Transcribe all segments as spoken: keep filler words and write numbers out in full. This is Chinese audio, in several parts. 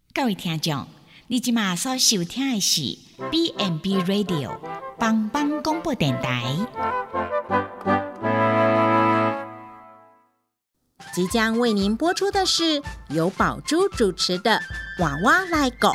各位听众，你即马所收听的是 B and B Radio 帮帮广播电台。 即将为您播出的是由宝珠主持的《娃娃来狗》。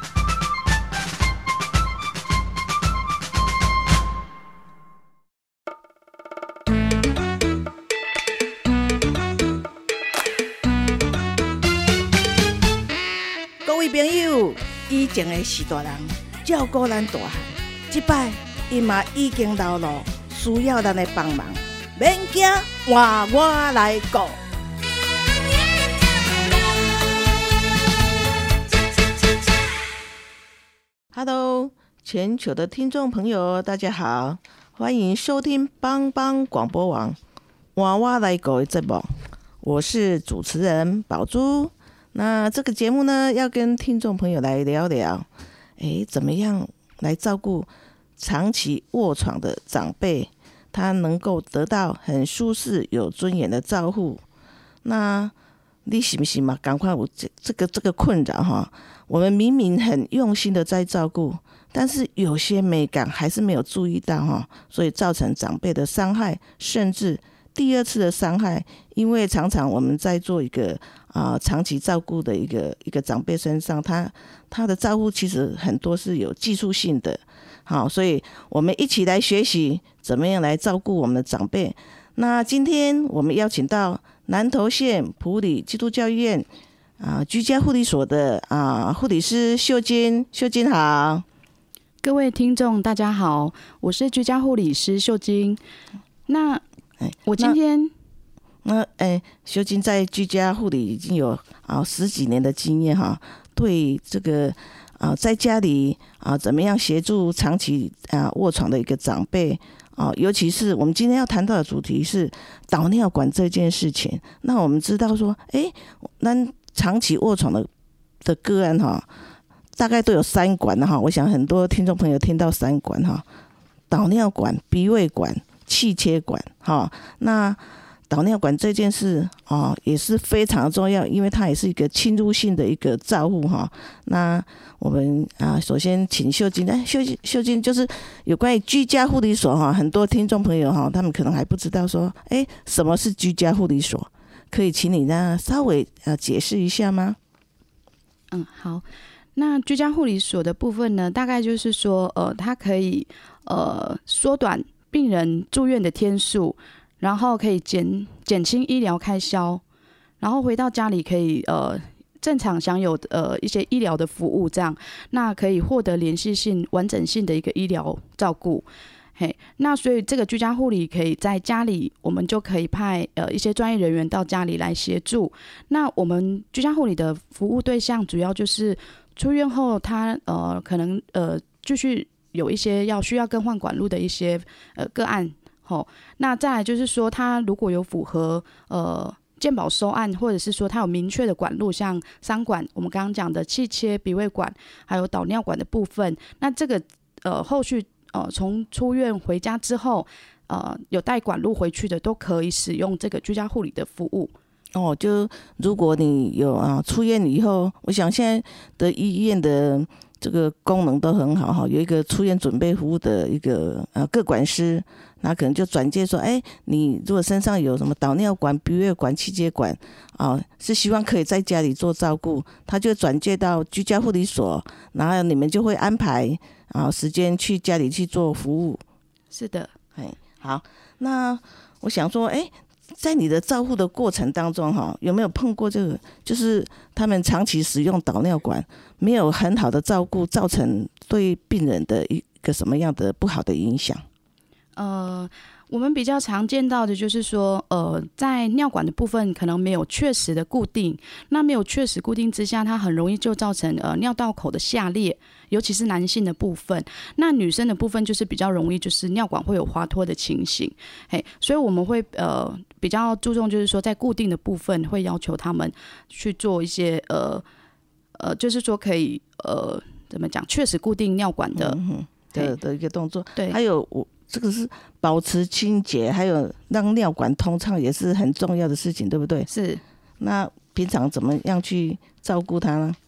各位朋友，以前的是大人照顾咱大汉，这摆伊嘛已经老了，需要咱的帮忙，免惊，换我来顾。Hello， 全球的听众朋友，大家好，欢迎收听帮帮广播网换我来顾的节目，我是主持人宝珠。那这个节目呢，要跟听众朋友来聊聊，诶，怎么样来照顾长期卧床的长辈，他能够得到很舒适、有尊严的照顾。那你是不是嘛？赶快有这这个这个困扰哈？我们明明很用心的在照顾，但是有些美感还是没有注意到哈，所以造成长辈的伤害，甚至第二次的伤害。因为常常我们在做一个啊、呃、长期照顾的一个一个长辈身上，他他的照顾其实很多是有技术性的，好，所以我们一起来学习怎么样来照顾我们的长辈。那今天我们邀请到南投县埔里基督教医院啊、呃、居家护理所的啊护、呃、理师秀金，秀金好。 各位听众大家好，我是居家护理师秀金。那我今天那诶，秀金在居家护理已经有啊十几年的经验哈，对这个啊在家里啊怎么样协助长期啊卧床的一个长辈啊，尤其是我们今天要谈到的主题是导尿管这件事情。那我们知道说，诶，那长期卧床的的个案哈，大概都有三管哈。我想很多听众朋友听到三管哈，导尿管、鼻胃管、气切管哈，那导尿管这件事哦，也是非常重要，因为它也是一个侵入性的一个照护哈。那我们啊，首先请秀金，哎，秀秀金就是有关于居家护理所哈，很多听众朋友哈，他们可能还不知道说，哎，什么是居家护理所？可以请你呢稍微呃解释一下吗？ 嗯，好。那居家护理所的部分呢，大概就是说，呃，它可以呃缩短病人住院的天数。然后可以减减轻医疗开销，然后回到家里可以呃正常享有呃一些医疗的服务，这样那可以获得连续性、完整性的一个医疗照顾。嘿，那所以这个居家护理可以在家里，我们就可以派呃一些专业人员到家里来协助。那我们居家护理的服务对象主要就是出院后他呃可能呃继续有一些要需要更换管路的一些呃个案。哦，那再来就是说，他如果有符合呃健保收案，或者是说他有明确的管路，像三管，我们刚刚讲的气切、鼻胃管，还有导尿管的部分，那这个呃后续呃从出院回家之后，呃有带管路回去的，都可以使用这个居家护理的服务。 哦，就如果你有啊出院以后，我想现在的医院的这个功能都很好哈，有一个出院准备服务的一个呃个管师，那可能就转介说，哎，你如果身上有什么导尿管、鼻胃管、气切管啊，是希望可以在家里做照顾，他就转介到居家护理所，然后你们就会安排啊时间去家里去做服务。 是的， 哎，好，那我想说，哎。在你的照护的过程当中哈，有没有碰过这个，就是他们长期使用导尿管，没有很好的照顾，造成对病人的一个什么样的不好的影响？ 呃，我们比较常见到的就是说，呃，在尿管的部分可能没有确实的固定，那没有确实固定之下，它很容易就造成呃尿道口的下裂，尤其是男性的部分。那女生的部分就是比较容易就是尿管会有滑脱的情形，嘿，所以我们会呃比较注重就是说在固定的部分会要求他们去做一些呃呃，就是说可以呃怎么讲，确实固定尿管的、嗯、 的的一个动作。 对， 还有我。这个是保持清洁，还有让尿管通畅也是很重要的事情，对不对？ 是。 那平常怎么样去照顾它呢？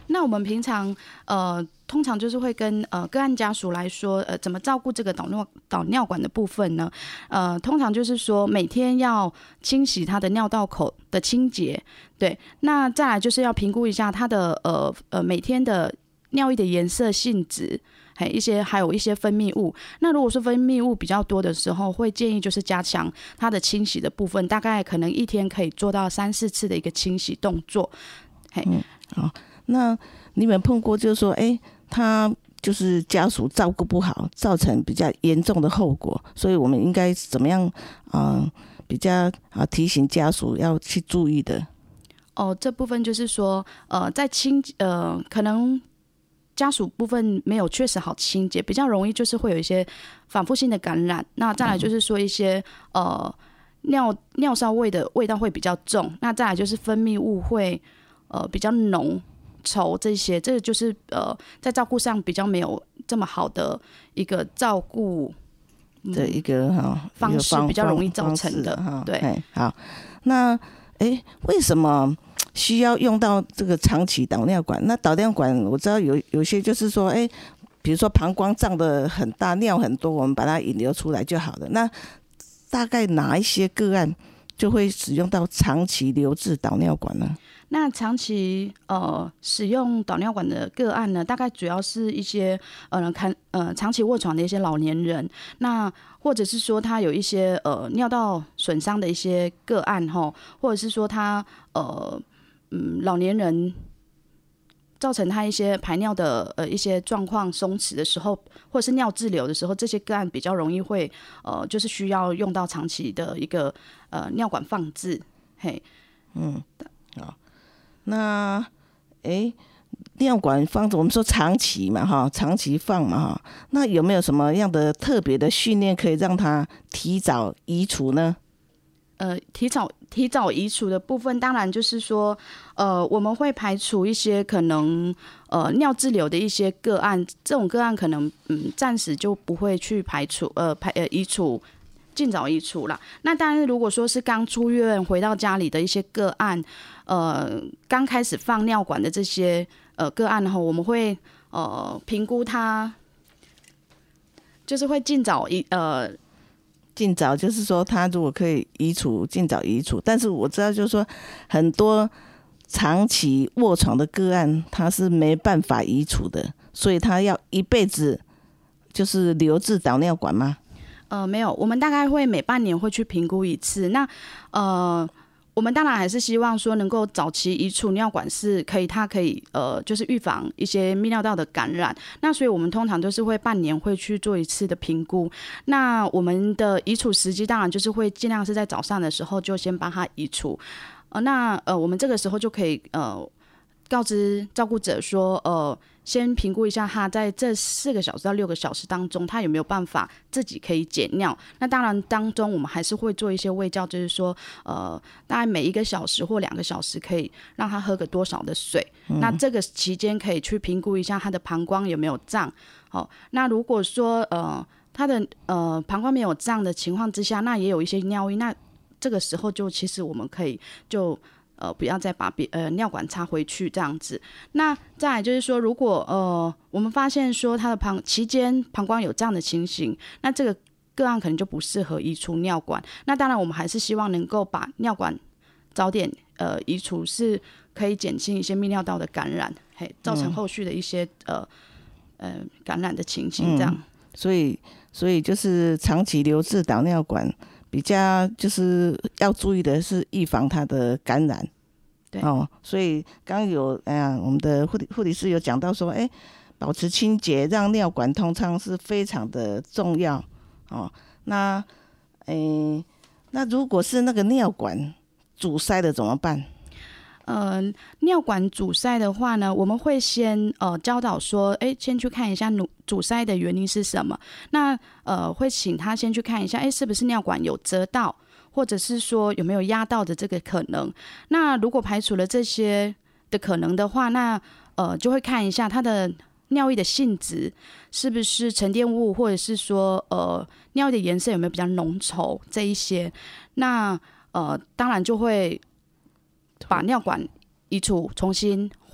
那我们平常呃，通常就是会跟呃个案家属来说，呃，怎么照顾这个导尿导尿管的部分呢？呃，通常就是说每天要清洗它的尿道口的清洁，对。那再来就是要评估一下它的呃呃每天的尿液的颜色、性质。还一些还有一些分泌物，那如果说分泌物比较多的时候，会建议就是加强它的清洗的部分，大概可能一天可以做到三四次的一个清洗动作。 嗯，好，那你们碰过就是说，哎、欸，他就是家属照顾不好，造成比较严重的后果，所以我们应该怎么样啊、呃？比较啊提醒家属要去注意的。 哦，这部分就是说，呃，在清呃可能。家属部分没有确实好清洁，比较容易就是会有一些反复性的感染。那再来就是说一些呃尿尿骚味的味道会比较重，那再来就是分泌物会呃比较浓稠，这些这个就是呃在照顾上比较没有这么好的一个照顾的一个哈、嗯、 方式，比较容易造成的。对， 好，那哎为什么？需要用到这个长期导尿管，那导尿管我知道有有些就是说，哎、欸，比如说膀胱胀得很大，尿很多，我们把它引流出来就好了。那大概哪一些个案就会使用到长期留置导尿管呢？ 那长期呃使用导尿管的个案呢，大概主要是一些呃看呃长期卧床的一些老年人，那或者是说他有一些呃尿道损伤的一些个案吼，或者是说他呃。嗯，老年人造成他一些排尿的呃一些状况松弛的时候，或者是尿滞留的时候，这些个案比较容易会呃就是需要用到长期的一个呃尿管放置。嘿， 嗯，好，那哎尿管放置，我们说长期嘛哈，长期放嘛哈，那有没有什么样的特别的训练可以让它提早移除呢？ 呃，提早提早移除的部分，当然就是说，呃，我们会排除一些可能呃尿滞留的一些个案，这种个案可能嗯暂时就不会去排除呃排呃移除，尽早移除啦。那当然，如果说是刚出院回到家里的一些个案，呃，刚开始放尿管的这些呃个案后，我们会呃评估它，就是会尽早移呃。 尽早就是说，他如果可以移除，尽早移除。但是我知道，就是说，很多长期卧床的个案，他是没办法移除的，所以他要一辈子就是留置导尿管吗？ 呃，没有，我们大概会每半年会去评估一次。那呃。我们当然还是希望说能够早期移除尿管是可以，它可以呃就是预防一些泌尿道的感染。那所以我们通常都是会半年会去做一次的评估。那我们的移除时机当然就是会尽量是在早上的时候就先帮它移除。呃，那呃我们这个时候就可以呃告知照顾者说呃。先评估一下他在这四个小时到六个小时当中，他有没有办法自己可以解尿。那当然当中我们还是会做一些卫教，就是说呃大概每一个小时或两个小时可以让他喝个多少的水、嗯、那这个期间可以去评估一下他的膀胱有没有胀。好，那如果说呃他的呃膀胱没有胀的情况之下，那也有一些尿意，那这个时候就其实我们可以就呃，不要再把别呃尿管插回去这样子。那再来就是说，如果呃我们发现说他的膀期间膀胱有这样的情形，那这个个案可能就不适合移除尿管。那当然，我们还是希望能够把尿管早点呃移除，是可以减轻一些泌尿道的感染，嘿，造成后续的一些、嗯、呃呃感染的情形这样。 嗯、所以，所以就是长期留置导尿管。比较就是要注意的是预防它的感染， 对哦，所以刚刚有哎呀，我们的护理护理师有讲到说，哎，保持清洁，让尿管通畅是非常的重要哦。那哎，那如果是那个尿管阻塞的怎么办？ 呃，尿管阻塞的话呢，我们会先呃教导说，哎，先去看一下阻塞的原因是什么。那呃会请他先去看一下，哎，是不是尿管有折到，或者是说有没有压到的这个可能。那如果排除了这些的可能的话，那呃就会看一下它的尿液的性质是不是沉淀物，或者是说呃尿液的颜色有没有比较浓稠这一些。那呃当然就会把尿管移除，重新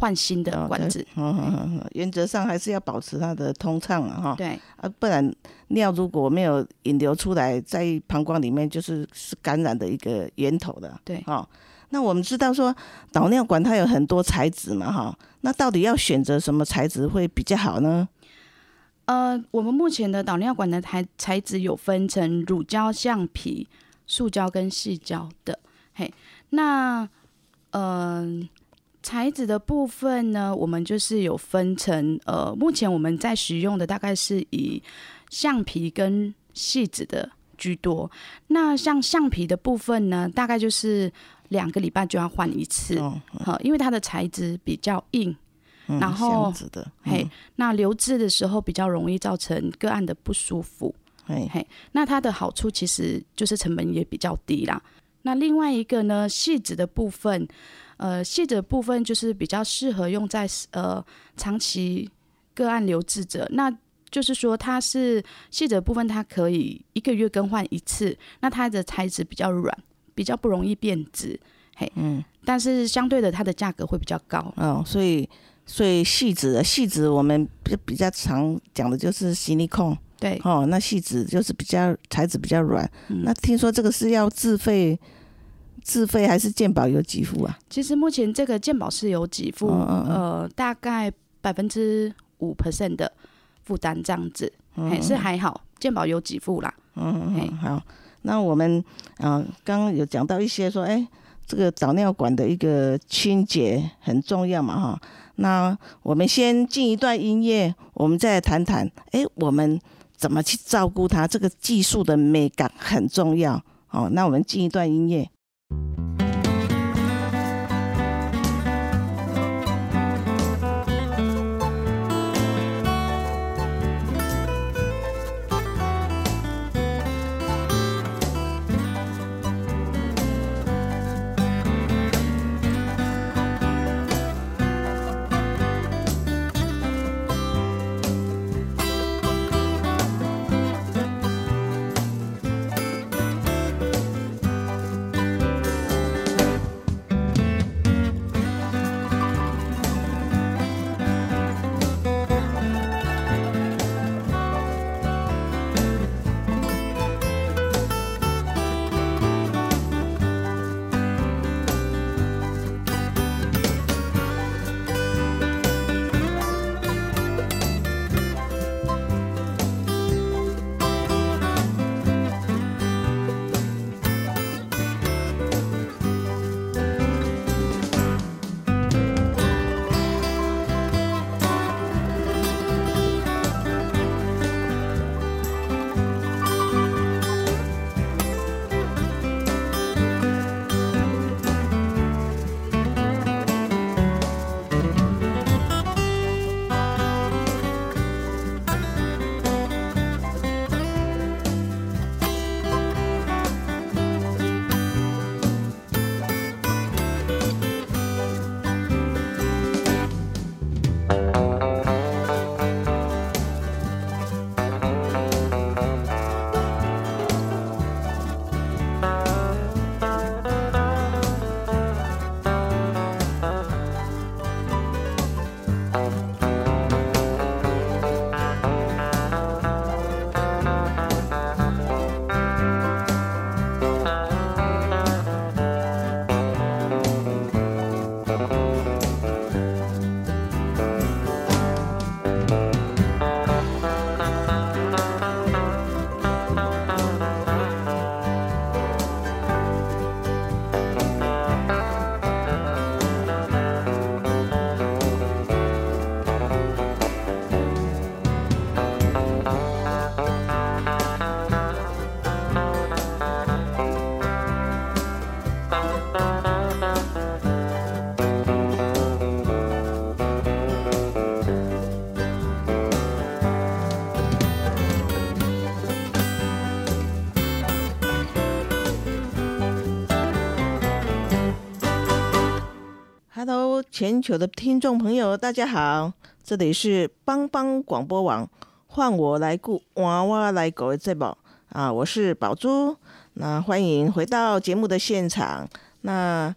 换新的管子。 哦嗯嗯嗯、原则上还是要保持它的通畅啊，哈。 对啊，不然尿如果没有引流出来，在膀胱里面就是是感染的一个源头的。 对， 哦。那我们知道说导尿管它有很多材质嘛，哈，那到底要选择什么材质会比较好呢？ 呃，我们目前的导尿管的材材质有分成乳胶、橡皮、塑胶跟矽胶的。嘿，那呃材质的部分呢，我们就是有分成呃，目前我们在使用的大概是以橡皮跟矽质的居多。那像橡皮的部分呢，大概就是两个礼拜就要换一次，哦嗯、因为它的材质比较硬。 嗯、 然后， 的嗯、 嘿，那留置的时候比较容易造成个案的不舒服，嘿，嘿，那它的好处其实就是成本也比较低啦。那另外一个呢，矽质的部分，呃，矽质的部分就是比较适合用在呃长期个案留置者，那就是说它是矽质的部分，它可以一个月更换一次，那它的材质比较软，比较不容易变质，嘿，嗯，但是相对的它的价格会比较高， 哦，所以。所以矽质，矽质我们比较常讲的就是矽尼康， 对， 哦，那矽质就是比较材质比较软、嗯。那听说这个是要自费，自费还是健保有给付啊？ 其实目前这个健保是有给付，嗯嗯嗯呃，大概百分之五 percent 的负担这样子，嗯嗯是还好，健保有给付啦。 嗯嗯，好，那我们啊，刚、呃、刚有讲到一些说，哎、欸，这个导尿管的一个清洁很重要嘛，哈。那我们先进一段音乐，我们再来谈谈，哎，我们怎么去照顾它？这个技术的美感很重要。哦，那我们进一段音乐。Hello， 全球的听众朋友，大家好，这里是帮帮广播网，换我来顾，娃娃来狗的节目啊，我是宝珠，那欢迎回到节目的现场。那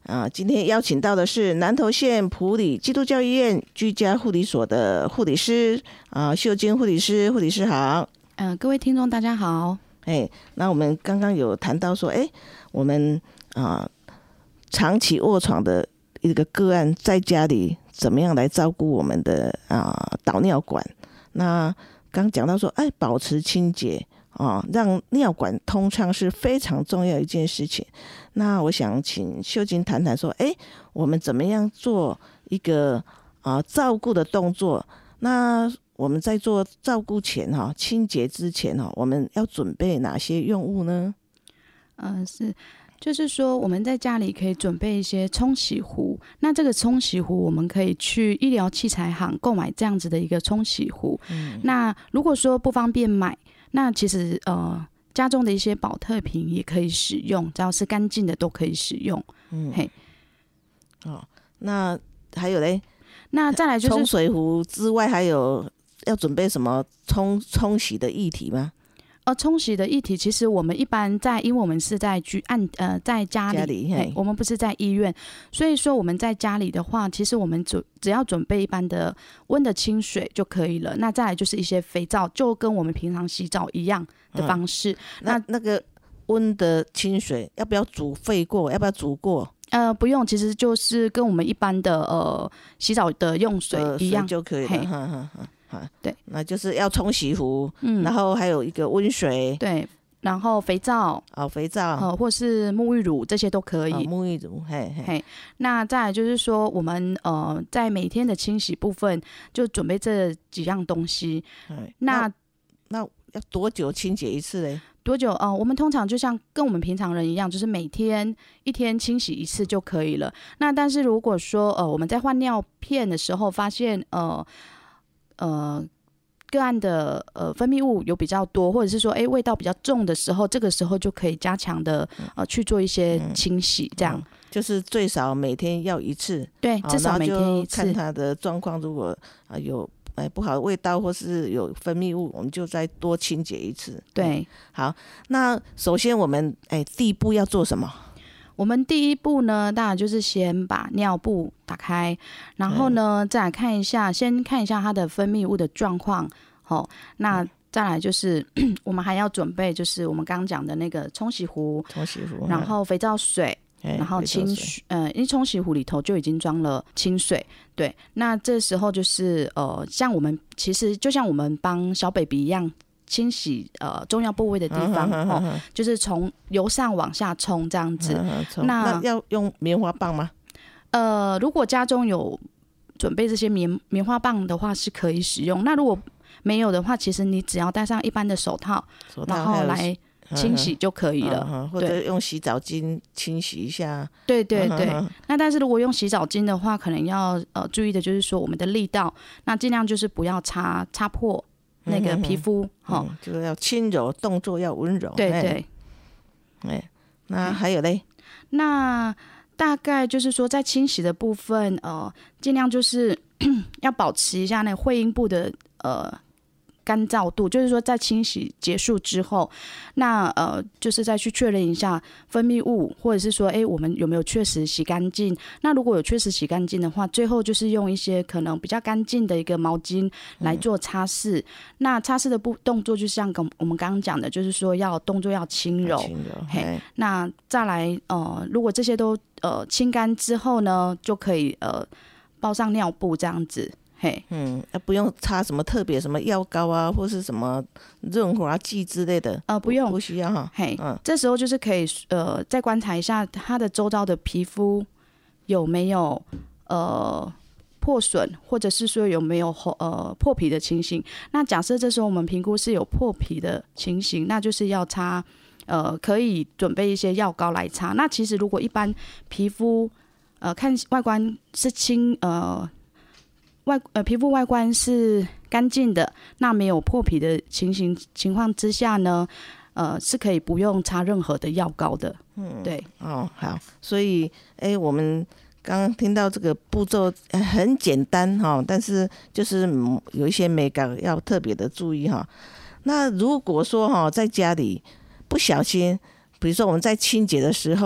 啊，今天邀请到的是南投县埔里基督教医院居家护理所的护理师啊，秀晶护理师，护理师好。 嗯、呃，各位听众大家好。 哎，那我们刚刚有谈到说，哎，我们啊长期卧床的一个个案，在家里怎么样来照顾我们的啊导尿管？那刚讲到说，哎，保持清洁。哦，让尿管通畅是非常重要一件事情。那我想请秀晶谈谈说，哎，我们怎么样做一个啊照顾的动作？那我们在做照顾前哈、哦，清洁之前哈、哦，我们要准备哪些用物呢？ 嗯、呃，是。就是说我们在家里可以准备一些冲洗壶，那这个冲洗壶我们可以去医疗器材行购买这样子的一个冲洗壶。嗯、那如果说不方便买，那其实呃家中的一些保特瓶也可以使用，只要是干净的都可以使用。嗯，嘿， 哦，那还有嘞？ 那再来就是冲水壶之外，还有要准备什么冲冲洗的液体吗？ 呃，冲洗的液体，其实我们一般在，因为我们是在居按呃在家里， 家里我们不是在医院，所以说我们在家里的话，其实我们只只要准备一般的温的清水就可以了。那再来就是一些肥皂，就跟我们平常洗澡一样的方式。嗯、 那那个温的清水要不要煮沸过？要不要煮过？ 呃，不用，其实就是跟我们一般的呃洗澡的用水一样、 呃、就可以了。哈哈哈。 对， 那就是要冲洗壶，嗯，然后还有一个温水， 对，然后肥皂， 哦，肥皂， 呃，或是沐浴乳，这些都可以。 哦、沐浴乳，嘿嘿。 嘿，那再来就是说，我们呃在每天的清洗部分，就准备这几样东西。那 那, 那要多久清洁一次嘞？ 多久？呃，我们通常就像跟我们平常人一样，就是每天一天清洗一次就可以了。那但是如果说呃我们在换尿片的时候发现呃。呃，个案的呃分泌物有比较多，或者是说，哎，味道比较重的时候，这个时候就可以加强的呃去做一些清洗，这样、嗯嗯、 就是最少每天要一次， 对，至少每天一次。 看它的状况，如果啊、呃、有哎不好的味道或是有分泌物，我们就再多清洁一次。 对， 嗯、好，那首先我们哎第一步要做什么？ 我们第一步呢，当然就是先把尿布打开，然后呢，再来看一下，先看一下它的分泌物的状况。好、哦，那再来就是我们还要准备，就是我们刚刚讲的那个冲洗壶， 冲洗壶， 然后肥皂水，然后清水，呃，因为冲洗壶里头就已经装了清水。对，那这时候就是呃，像我们其实就像我们帮小 baby 一样。清洗呃重要部位的地方、嗯哦嗯、就是从由上往下冲这样子、 嗯、那, 那要用棉花棒吗？ 呃，如果家中有准备这些棉棉花棒的话是可以使用，那如果没有的话，其实你只要戴上一般的手套， 手套然后来清洗就可以了、 嗯嗯、或者用洗澡巾清洗一下。 对对对、嗯、那但是如果用洗澡巾的话，可能要呃注意的就是说我们的力道，那尽量就是不要擦擦破那个皮肤、嗯嗯嗯、就是要轻柔，动作要温柔。 对对， 哎，那还有嘞？ 那大概就是说，在清洗的部分，呃，尽量就是要保持一下那个会阴部的呃干燥度，就是说在清洗结束之后，那呃就是再去确认一下分泌物，或者是说，哎，我们有没有确实洗干净？那如果有确实洗干净的话，最后就是用一些可能比较干净的一个毛巾来做擦拭。嗯、那擦拭的步动作就像我们刚刚讲的，就是说要动作要轻柔。 轻柔。 嘿，那再来呃，如果这些都呃清干之后呢，就可以呃包上尿布这样子。嘿， 嗯，不用擦什么特别什么药膏啊，或是什么润滑剂之类的， 呃，不用， 不需要哈。 嘿，嗯，这时候就是可以呃，再观察一下它的周遭的皮肤有没有呃破损，或者是说有没有呃破皮的情形。那假设这时候我们评估是有破皮的情形，那就是要擦呃，可以准备一些药膏来擦。那其实如果一般皮肤呃看外观是清呃。外呃皮肤外观是干净的，那没有破皮的情形情况之下呢，呃是可以不用擦任何的药膏的。嗯，对。 哦，好，所以哎，我们刚刚听到这个步骤很简单哈，但是就是有一些美感要特别的注意哈。那如果说哈在家里不小心，比如说我们在清洁的时候，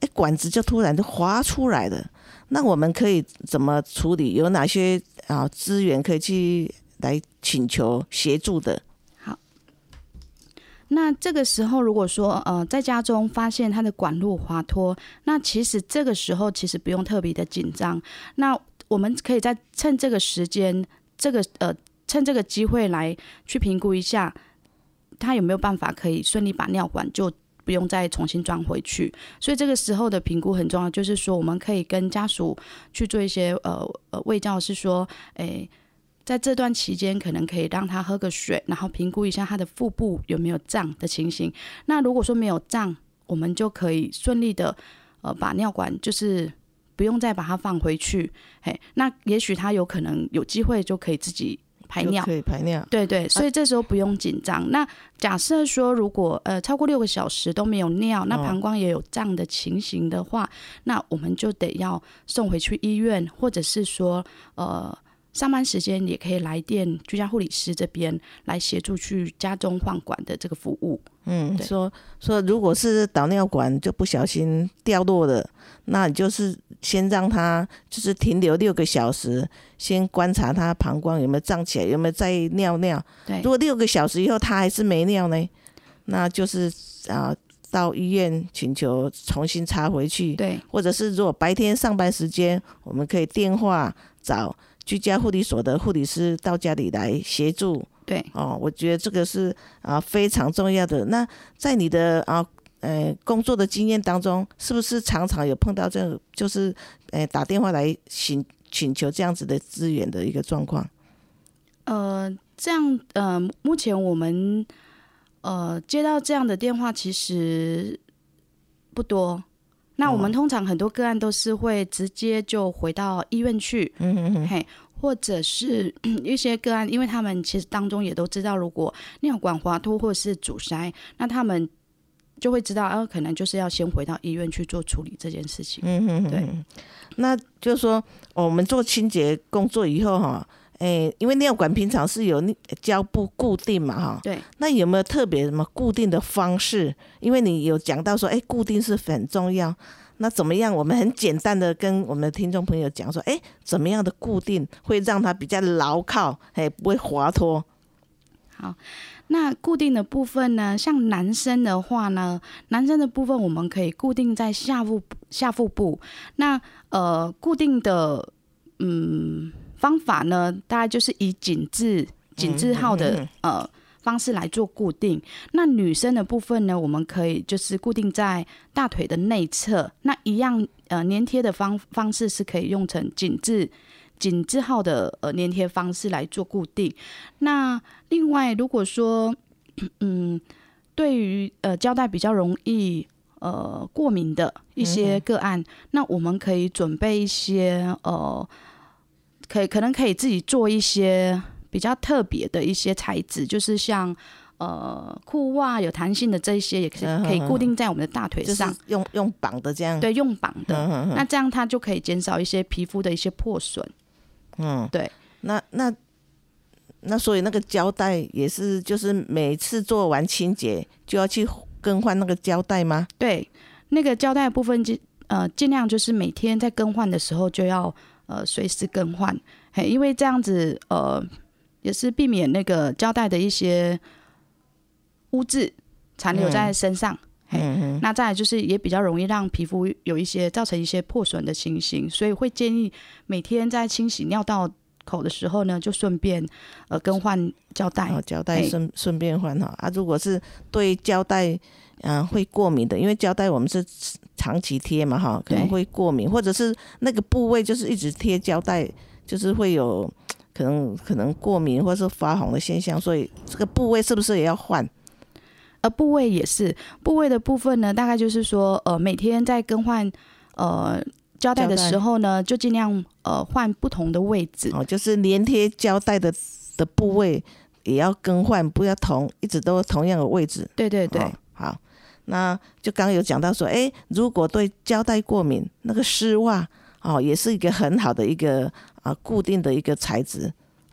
哎，管子就突然就滑出来了。那我们可以怎么处理？有哪些啊资源可以去来请求协助的？ 好，那这个时候如果说呃在家中发现它的管路滑脱，那其实这个时候其实不用特别的紧张。那我们可以在趁这个时间，这个呃趁这个机会来去评估一下，他有没有办法可以顺利把尿管就不用再重新装回去。所以这个时候的评估很重要，就是说我们可以跟家属去做一些呃呃卫教，是说，诶，在这段期间可能可以让他喝个水，然后评估一下他的腹部有没有胀的情形。那如果说没有胀，我们就可以顺利的呃把尿管就是不用再把它放回去。嘿，那也许他有可能有机会就可以自己排尿， 可以排尿， 对对，所以这时候不用紧张。啊、那假设说，如果呃超过六个小时都没有尿，那膀胱也有胀的情形的话，哦、那我们就得要送回去医院，或者是说呃上班时间也可以来电居家护理师这边来协助去家中换管的这个服务。 嗯，说说如果是导尿管就不小心掉落了，那你就是先让它就是停留六个小时，先观察它膀胱有没有胀起来，有没有再尿尿。 对， 如果六个小时以后它还是没尿呢，那就是啊到医院请求重新插回去。 对， 或者是如果白天上班时间，我们可以电话找居家护理所的护理师到家里来协助。 对， 哦，我觉得这个是啊非常重要的。那在你的啊呃工作的经验当中，是不是常常有碰到这个，就是呃打电话来请请求这样子的资源的一个状况？ 呃，这样呃，目前我们呃接到这样的电话其实不多。那我们通常很多个案都是会直接就回到医院去，嗯哼哼，嘿。或者是一些个案，因为他们其实当中也都知道，如果尿管滑脱或者是阻塞，那他们就会知道，啊，可能就是要先回到医院去做处理这件事情。嗯哼哼，对。 那就是说，我们做清洁工作以后哈，诶，因为尿管平常是有胶布固定嘛哈， 对。 那有没有特别什么固定的方式？因为你有讲到说，哎，固定是很重要。那怎么样？我们很简单的跟我们的听众朋友讲说，哎，怎么样的固定会让它比较牢靠，哎，不会滑脱？ 好，那固定的部分呢，像男生的话呢，男生的部分我们可以固定在下腹下腹部。那呃，固定的嗯方法呢，大概就是以紧致紧致号的、嗯嗯嗯、呃。方式来做固定。那女生的部分呢，我们可以就是固定在大腿的内侧。那一样呃粘贴的方方式是可以用成紧致紧致号的呃粘贴方式来做固定。那另外如果说嗯对于呃胶带比较容易呃过敏的一些个案，嗯、那我们可以准备一些呃可以可能可以自己做一些比较特别的一些材质，就是像呃裤袜有弹性的这一些，也可以可以固定在我们的大腿上， 就是用用绑的这样。 对，用绑的，嗯、哼哼那这样它就可以减少一些皮肤的一些破损。嗯，对。 那那那所以那个胶带也是，就是每次做完清洁就要去更换那个胶带吗？ 对，那个胶带的部分，呃，尽量就是每天在更换的时候就要呃随时更换，嘿，因为这样子呃。也是避免那个胶带的一些污渍残留在身上，嗯嗯、那再来就是也比较容易让皮肤有一些造成一些破损的情形，所以会建议每天在清洗尿道口的时候呢，就顺便呃更换胶带， 哦、胶带顺顺便换哈啊。如果是对胶带嗯、呃、会过敏的，因为胶带我们是长期贴嘛哈，可能会过敏，或者是那个部位就是一直贴胶带，就是会有。可能可能过敏或是发红的现象，所以这个部位是不是也要换？ 呃，部位也是，部位的部分呢，大概就是说，呃，每天在更换呃胶带的时候呢，就尽量呃换不同的位置。 哦，就是粘贴胶带的的部位也要更换，不要同一直都同样的位置。 对对对，哦、 好，那就刚刚有讲到说，哎，如果对胶带过敏，那个丝袜哦，也是一个很好的一个。啊，固定的一个材质，哦，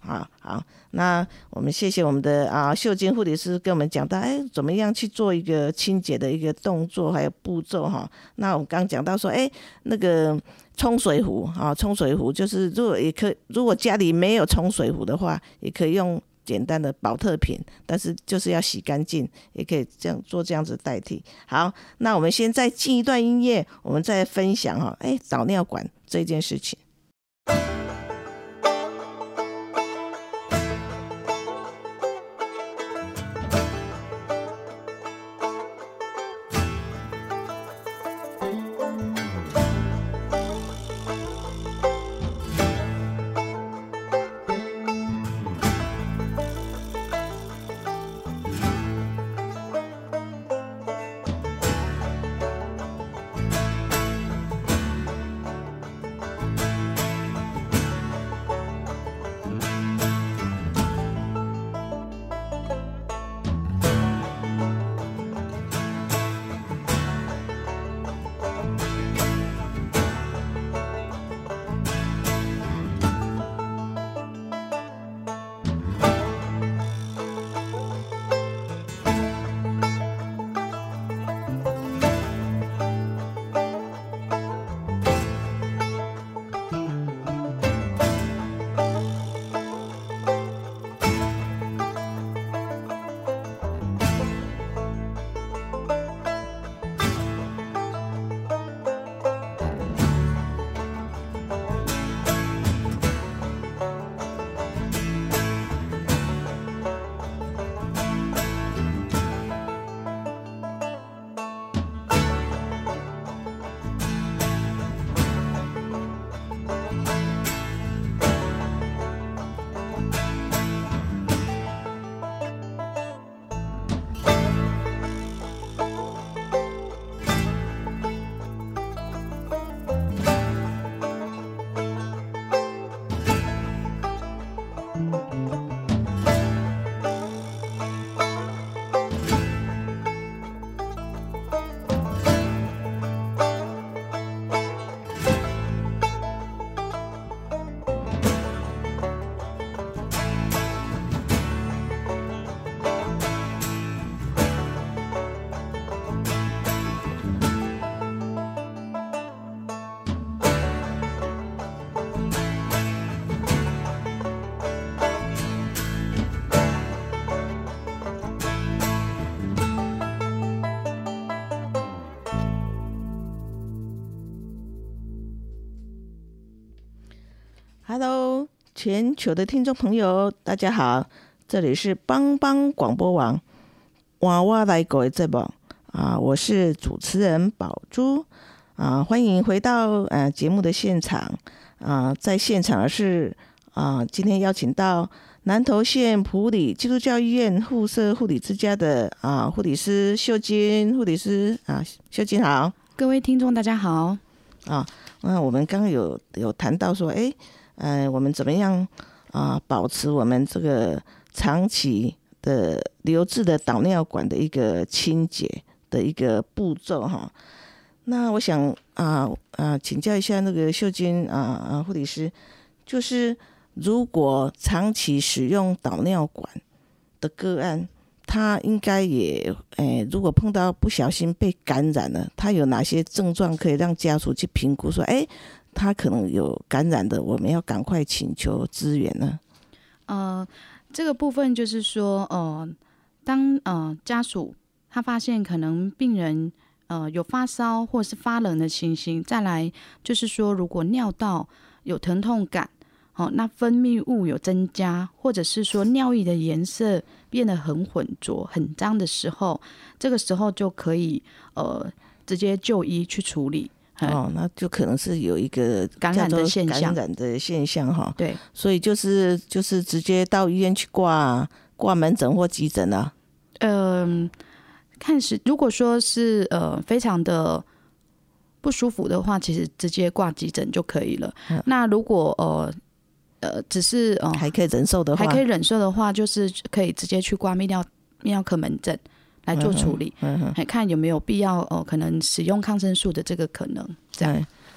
好好，那我们谢谢我们的啊秀金护理师跟我们讲到，哎，怎么样去做一个清洁的一个动作还有步骤哈。那我们刚刚讲到说，哎，那个冲水壶啊，冲水壶就是如果也可以，如果家里没有冲水壶的话，也可以用简单的保特瓶，但是就是要洗干净，也可以这样做这样子代替。好，那我们先再进一段音乐，我们再分享哈，哎，导尿管这件事情。Hello， 全球的听众朋友，大家好，这里是帮帮广播网娃娃来狗的节目啊，我是主持人宝珠啊，欢迎回到呃节目的现场啊，在现场的是啊，今天邀请到南投县埔里基督教医院附设护理之家的啊护理师秀金护理师啊，秀金好， 各位听众大家好啊，那我们刚刚有有谈到说，哎。呃，我们怎么样啊、呃，保持我们这个长期的留置的导尿管的一个清洁的一个步骤哈？那我想啊啊、呃呃，请教一下那个秀金啊啊护理师，就是如果长期使用导尿管的个案，他应该也诶，如果碰到不小心被感染了，他有哪些症状可以让家属去评估说，哎？他可能有感染的，我们要赶快请求支援呢。 呃，这个部分就是说，呃，当呃家属他发现可能病人呃有发烧或是发冷的情形，再来就是说，如果尿道有疼痛感，哦，那分泌物有增加，或者是说尿液的颜色变得很浑浊、很脏的时候，这个时候就可以呃直接就医去处理。 哦，那就可能是有一个感染的现象， 感染的现象哈。 对， 所以就是就是直接到医院去挂挂门诊或急诊啊。 嗯、呃，看是如果说是呃非常的不舒服的话，其实直接挂急诊就可以了。嗯、那如果呃呃只是呃还可以忍受的话， 还可以忍受的话，就是可以直接去挂泌尿泌尿科门诊。来做处理，嗯嗯、看有没有必要哦，可能使用抗生素的这个可能，这样。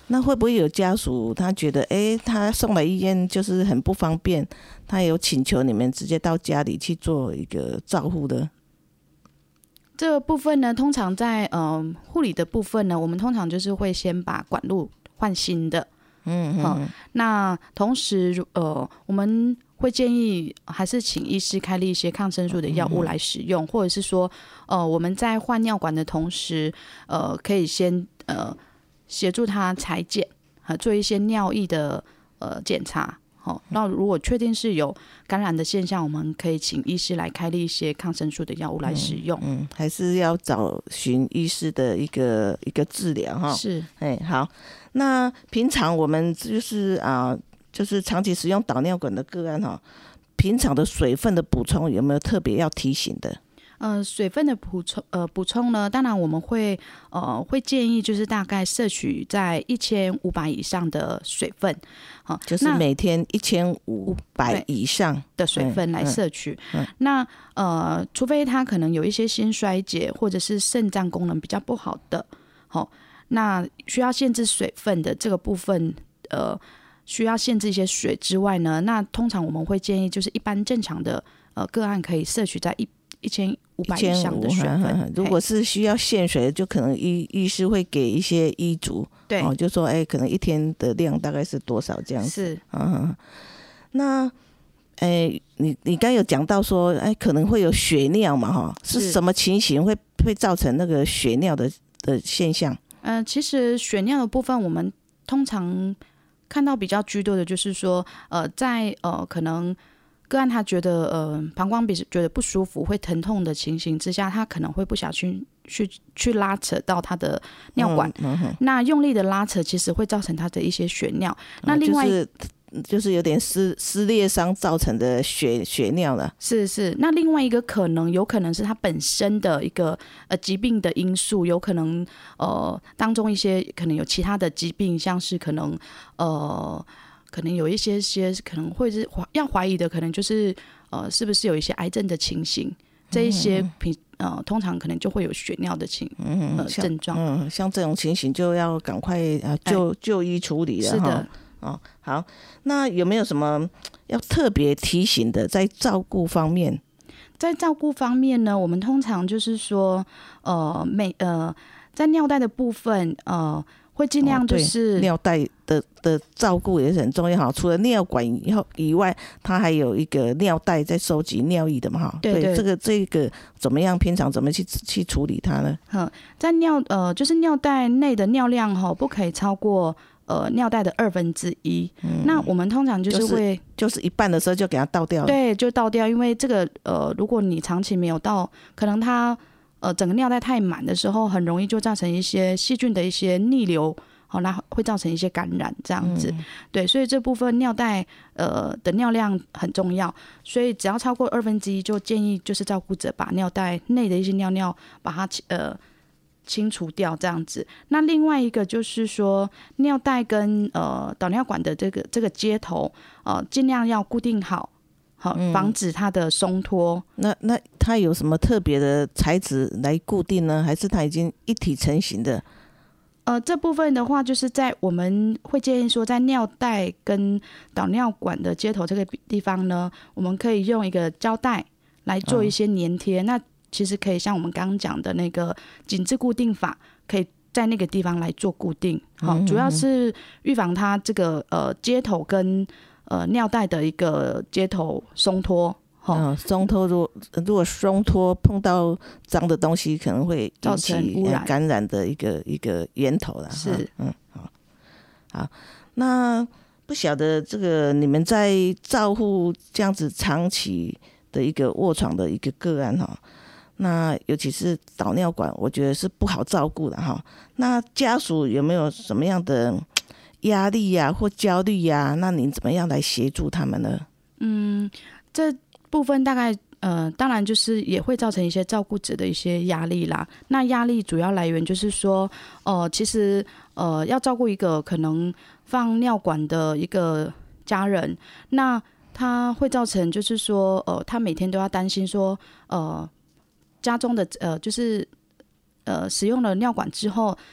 那会不会有家属他觉得，哎、欸，他送来医院就是很不方便，他有请求你们直接到家里去做一个照护的？ 这个部分呢，通常在嗯护理的部分呢，我们通常就是会先把管路换新的。嗯嗯、呃。那同时，呃，我们会建议还是请医师开立一些抗生素的药物来使用，嗯、或者是说，呃，我们在换尿管的同时，呃，可以先呃协助他裁剪，呃，做一些尿液的呃检查。好，那如果确定是有感染的现象，我们可以请医师来开立一些抗生素的药物来使用。 嗯，嗯还是要找寻医师的一个一个治疗哈。 是， 哎，好，那平常我们就是啊、呃，就是长期使用导尿管的个案哈，平常的水分的补充有没有特别要提醒的？ 呃，水分的补充，呃，补充呢，当然我们会，呃，会建议就是大概摄取在一千五百以上的水分，好、呃， 就是每天一千五百以上的水分来摄取。嗯嗯、那呃，除非他可能有一些心衰竭或者是肾脏功能比较不好的，好、呃，那需要限制水分的这个部分，呃，需要限制一些水之外呢，那通常我们会建议就是一般正常的呃个案可以摄取在一。一千五百以上的水分， 如果是需要限水，就可能医医师会给一些医嘱， 对， 哦，就说哎、欸，可能一天的量大概是多少这样子。 是， 嗯，那哎、欸，你你刚有讲到说，哎、欸，可能会有血尿嘛，哈，是什么情形会会造成那个血尿的的现象？ 嗯、呃，其实血尿的部分，我们通常看到比较居多的就是说，呃，在呃可能。个案他觉得呃膀胱比觉得不舒服会疼痛的情形之下，他可能会不小心去去拉扯到他的尿管、嗯嗯、那用力的拉扯其实会造成他的一些血尿、嗯、那另外、 就是就是有点撕撕裂伤造成的血血尿了。 是是，那另外一个可能有可能是他本身的一个呃疾病的因素，有可能呃当中一些可能有其他的疾病，像是可能呃可能有一些些可能会是要怀疑的，可能就是呃是不是有一些癌症的情形，这一些平呃通常可能就会有血尿的情呃症状。 嗯，像这种情形就要赶快呃就、哎、就医处理了。 是的。 哦，好，那有没有什么要特别提醒的在照顾方面？ 在照顾方面呢，我们通常就是说呃每呃在尿袋的部分呃。会尽量就是、 哦、尿袋的的照顾也是很重要哈。除了尿管以后以外，它还有一个尿袋在收集尿液的嘛哈。 对对， 这个这个怎么样？平常怎么去去处理它呢？ 嗯，在尿呃就是尿袋内的尿量哈，不可以超过呃尿袋的二分之一。那我们通常就是会、 就是、就是一半的时候就给它倒掉了。 对，就倒掉，因为这个呃如果你长期没有倒，可能它。呃，整个尿袋太满的时候，很容易就造成一些细菌的一些逆流，好、哦，那会造成一些感染这样子。嗯、对，所以这部分尿袋呃的尿量很重要，所以只要超过二分之一，就建议就是照顾者把尿袋内的一些尿尿把它呃清除掉这样子。那另外一个就是说，尿袋跟呃导尿管的这个这个接头，呃，尽量要固定好。好，防止它的松脱。 嗯、那那它有什么特别的材质来固定呢？还是它已经一体成型的？ 呃，这部分的话，就是在我们会建议说，在尿袋跟导尿管的接头这个地方呢，我们可以用一个胶带来做一些粘贴。嗯、那其实可以像我们刚刚讲的那个紧致固定法，可以在那个地方来做固定。好、嗯，主要是预防它这个呃接头跟呃，尿袋的一个接头松脱， 嗯，松脱如果如果松脱碰到脏的东西，可能会引起污染感染的一个一个源头了。 是， 嗯，好，好，那不晓得这个你们在照顾这样子长期的一个卧床的一个个案哈，那尤其是导尿管，我觉得是不好照顾的哈。那家属有没有什么样的压力呀、啊、或焦虑呀、啊，那您怎么样来协助他们呢？ 嗯，这部分大概呃，当然就是也会造成一些照顾者的一些压力啦。那压力主要来源就是说，呃，其实呃要照顾一个可能放尿管的一个家人，那他会造成就是说，呃，他每天都要担心说，呃，家中的呃就是呃使用了尿管之后。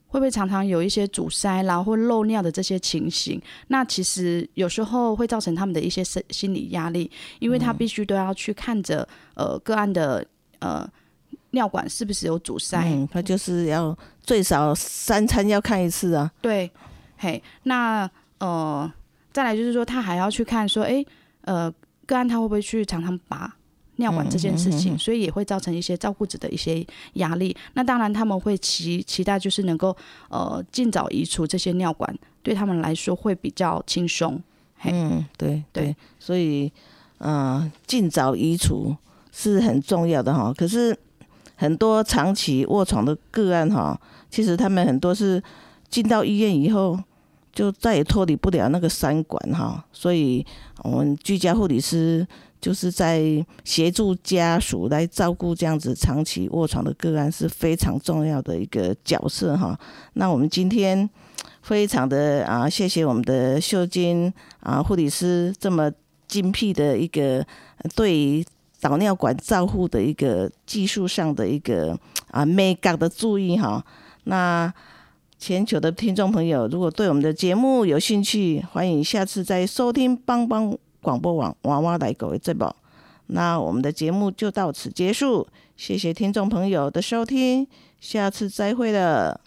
会不会常常有一些阻塞啦或漏尿的这些情形？那其实有时候会造成他们的一些心理压力，因为他必须都要去看着呃个案的呃尿管是不是有阻塞。 嗯，他就是要最少三餐要看一次啊。 对，嘿，那呃再来就是说，他还要去看说，哎，呃个案他会不会去常常拔尿管这件事情，嗯嗯嗯嗯，所以也会造成一些照顾者的一些压力。那当然他们会期期待就是能够呃尽早移除这些尿管，对他们来说会比较轻松。 嗯，对 对, 对， 所以呃尽早移除是很重要的哈。可是很多长期卧床的个案哈，其实他们很多是进到医院以后就再也脱离不了那个三管哈，所以我们居家护理师就是在协助家属来照顾这样子长期卧床的个案是非常重要的一个角色哈。那我们今天非常的啊，谢谢我们的秀金啊护理师这么精辟的一个对于导尿管照护的一个技术上的一个啊美感的注意哈。那全球的听众朋友，如果对我们的节目有兴趣，欢迎下次再收听帮帮广播网娃娃来狗的节目。那我们的节目就到此结束，谢谢听众朋友的收听，下次再会了。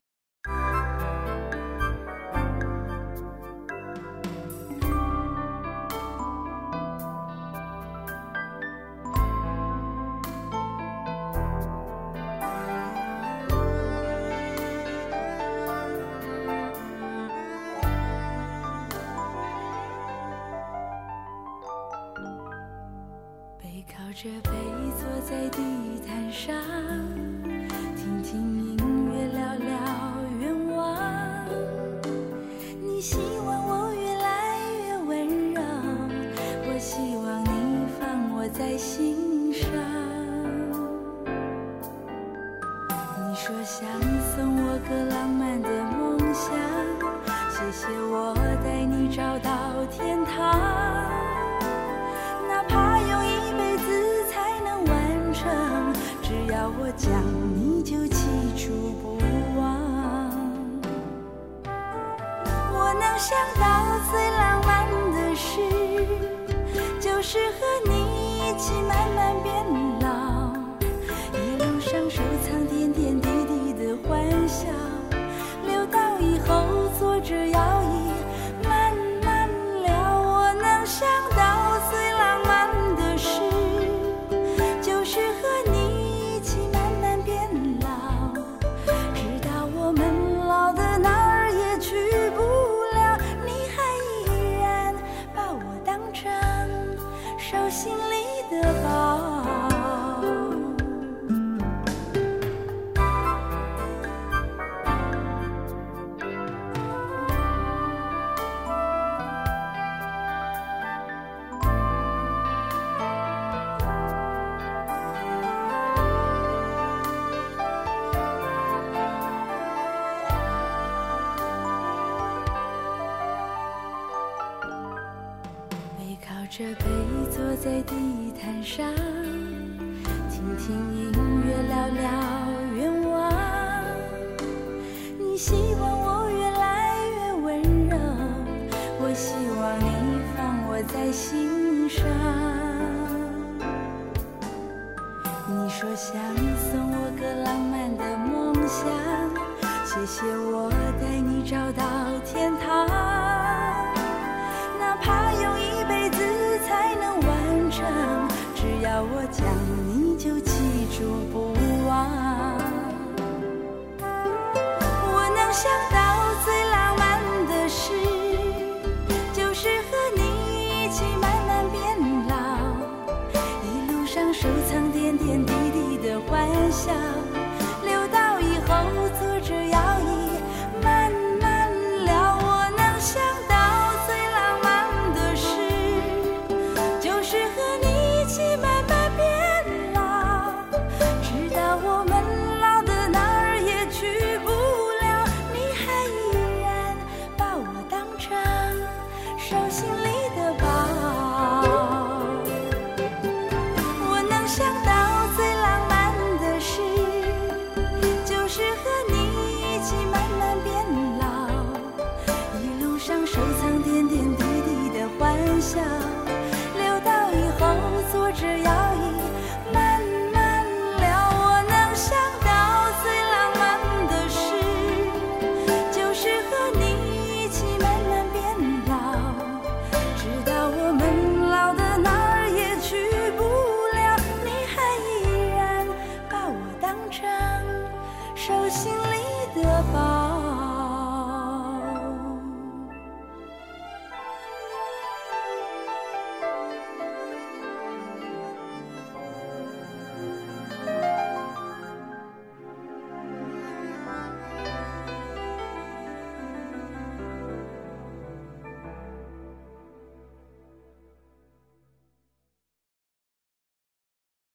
靠着背坐在地毯上，听听音乐，聊聊愿望。你希望我越来越温柔，我希望你放我在心上。你说想送我个浪漫的梦想，谢谢我带你找到天堂。哪怕用一辈子才能完成，只要我讲你就记住不忘。我能想到最浪漫的事，就是和你一起慢慢变老，一路上收藏点点滴滴的欢笑，留到以后坐着摇椅慢慢聊。我能想到最浪漫的事，就是和你一起慢慢变老，直到我们老的哪儿也去不了，你还依然把我当成手心里的宝。着背坐在地毯上，听听音乐，聊聊愿望。你希望我越来越温柔，我希望你放我在心上。你说想送我个浪漫的梦想，谢谢我带你找到天堂。哪怕用一辈子才能完成，只要我讲你就记住不忘。我能想到最浪漫的事，就是和你一起慢慢变老，一路上收藏点点滴滴的欢笑，留到以后坐着摇椅慢慢聊。我能想到慢慢变老，直到我们老的哪儿也去不了，你还依然把我当成手心里的宝。我能想到最浪漫的事， 笑，留到以后坐着摇椅慢慢聊。我能想到最浪漫的事，就是和你一起慢慢变老，直到我们老的哪儿也去不了，你还依然把我当成手心里的宝。